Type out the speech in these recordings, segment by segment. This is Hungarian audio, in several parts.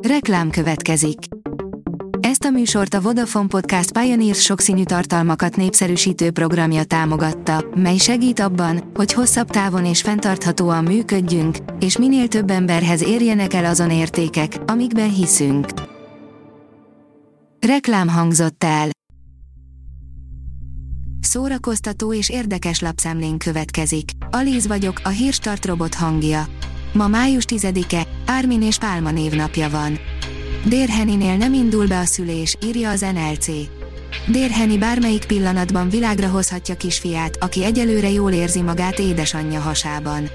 Reklám következik. Ezt a műsort a Vodafone Podcast Pioneers sokszínű tartalmakat népszerűsítő programja támogatta, mely segít abban, hogy hosszabb távon és fenntarthatóan működjünk, és minél több emberhez érjenek el azon értékek, amikben hiszünk. Reklám hangzott el. Szórakoztató és érdekes lapszemlén következik. Alíz vagyok, a Hírstart robot hangja. Ma május 10-e, Ármin és Pálma névnapja van. Dérheninél nem indul be a szülés, írja az NLC. Dérheni bármelyik pillanatban világra hozhatja kisfiát, aki egyelőre jól érzi magát édesanyja hasában.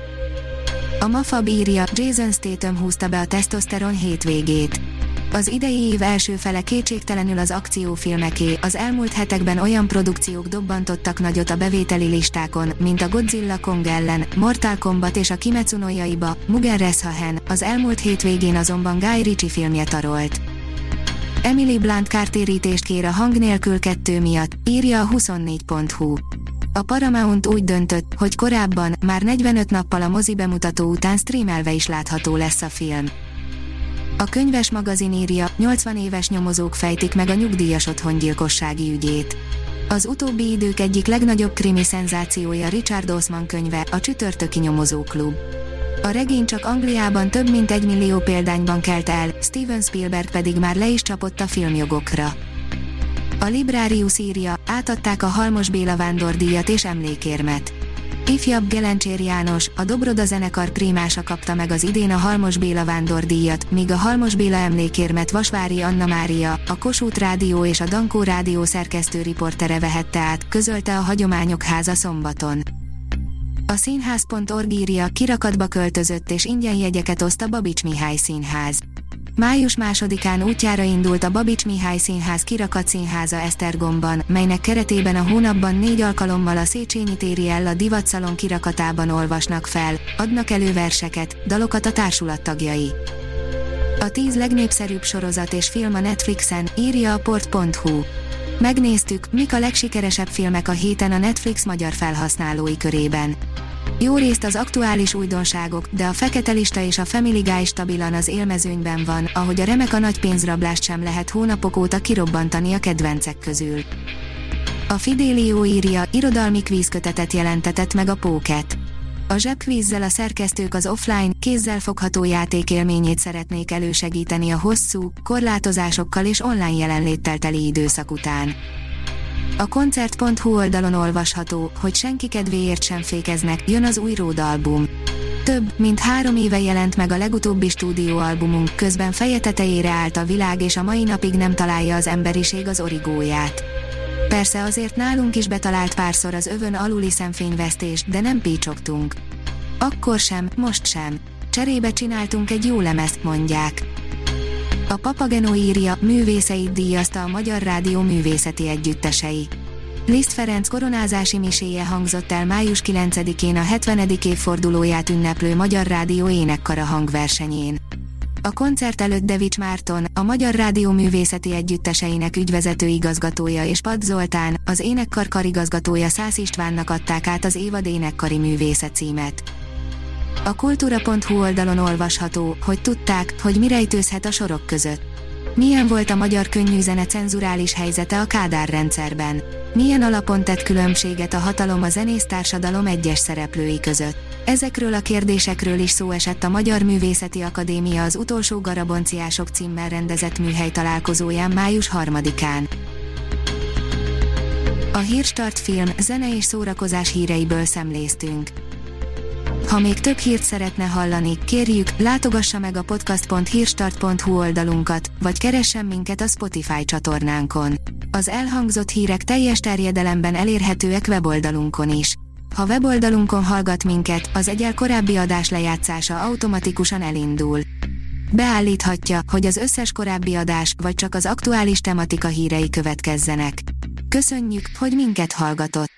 A Mafab írja, Jason Statham húzta be a tesztoszteron hétvégét. Az idei év első fele kétségtelenül az akciófilmeké, az elmúlt hetekben olyan produkciók dobbantottak nagyot a bevételi listákon, mint a Godzilla Kong ellen, Mortal Kombat és a Kimetsu no Yaiba, Mugen Reshahen, az elmúlt hétvégén azonban Guy Ritchie filmje tarolt. Emily Blunt kártérítést kér a Hang nélkül 2 miatt, írja a 24.hu. A Paramount úgy döntött, hogy korábban, már 45 nappal a mozi bemutató után streamelve is látható lesz a film. A Könyves magazin írja, 80 éves nyomozók fejtik meg a nyugdíjas otthongyilkossági ügyét. Az utóbbi idők egyik legnagyobb krimi szenzációja Richard Osman könyve, a Csütörtöki nyomozóklub. A regény csak Angliában több mint 1 millió példányban kelt el, Steven Spielberg pedig már le is csapott a filmjogokra. A Librarius írja, átadták a Halmos Béla vándordíjat és emlékérmet. Ifjabb Gelencsér János, a Dobroda zenekar prímása kapta meg az idén a Halmos Béla vándordíjat, míg a Halmos Béla emlékérmet Vasvári Anna Mária, a Kossuth Rádió és a Dankó Rádió szerkesztő riportere vehette át, közölte a Hagyományok Háza szombaton. A színház.org írja, kirakatba költözött és ingyen jegyeket oszt a Babits Mihály Színház. Május 2-án útjára indult a Babits Mihály Színház Kirakat Színháza Esztergomban, melynek keretében a hónapban 4 alkalommal a Széchenyi téri Ella Divatszalon kirakatában olvasnak fel, adnak elő verseket, dalokat a társulat tagjai. A 10 legnépszerűbb sorozat és film a Netflixen, írja a port.hu. Megnéztük, mik a legsikeresebb filmek a héten a Netflix magyar felhasználói körében. Jó részt az aktuális újdonságok, de a Fekete Lista és a Family Guy stabilan az élmezőnyben van, ahogy a remek a nagy pénzrablást sem lehet hónapok óta kirobbantani a kedvencek közül. A Fidelio írja, irodalmi kvízkötetet jelentetett meg a Póket. A zsebkvízzel a szerkesztők az offline, kézzel fogható játékélményét szeretnék elősegíteni a hosszú, korlátozásokkal és online jelenléttel teli időszak után. A koncert.hu oldalon olvasható, hogy senki kedvéért sem fékeznek, jön az új Róda album. Több, mint 3 éve jelent meg a legutóbbi stúdióalbumunk, közben feje tetejére állt a világ és a mai napig nem találja az emberiség az origóját. Persze azért nálunk is betalált párszor az övön aluli szemfényvesztés, de nem pícsogtunk. Akkor sem, most sem. Cserébe csináltunk egy jó lemezt, mondják. A Papageno írja, művészeit díjazta a Magyar Rádió művészeti együttesei. Liszt Ferenc koronázási miséje hangzott el május 9-én a 70. évfordulóját ünneplő Magyar Rádió énekkara hangversenyén. A koncert előtt Devics Márton, a Magyar Rádió művészeti együtteseinek ügyvezető igazgatója és Pad Zoltán, az énekkar karigazgatója Szász Istvánnak adták át az évad énekkari művésze címet. A kultúra.hu oldalon olvasható, hogy tudták, hogy mi rejtőzhet a sorok között. Milyen volt a magyar könnyűzene cenzurális helyzete a Kádár rendszerben? Milyen alapon tett különbséget a hatalom a zenésztársadalom egyes szereplői között? Ezekről a kérdésekről is szó esett a Magyar Művészeti Akadémia az utolsó Garabonciások címmel rendezett műhely találkozóján május 3-án. A Hírstart film, zene és szórakozás híreiből szemléztünk. Ha még több hírt szeretne hallani, kérjük, látogassa meg a podcast.hírstart.hu oldalunkat, vagy keressen minket a Spotify csatornánkon. Az elhangzott hírek teljes terjedelemben elérhetőek weboldalunkon is. Ha weboldalunkon hallgat minket, az egyel korábbi adás lejátszása automatikusan elindul. Beállíthatja, hogy az összes korábbi adás, vagy csak az aktuális tematika hírei következzenek. Köszönjük, hogy minket hallgatott!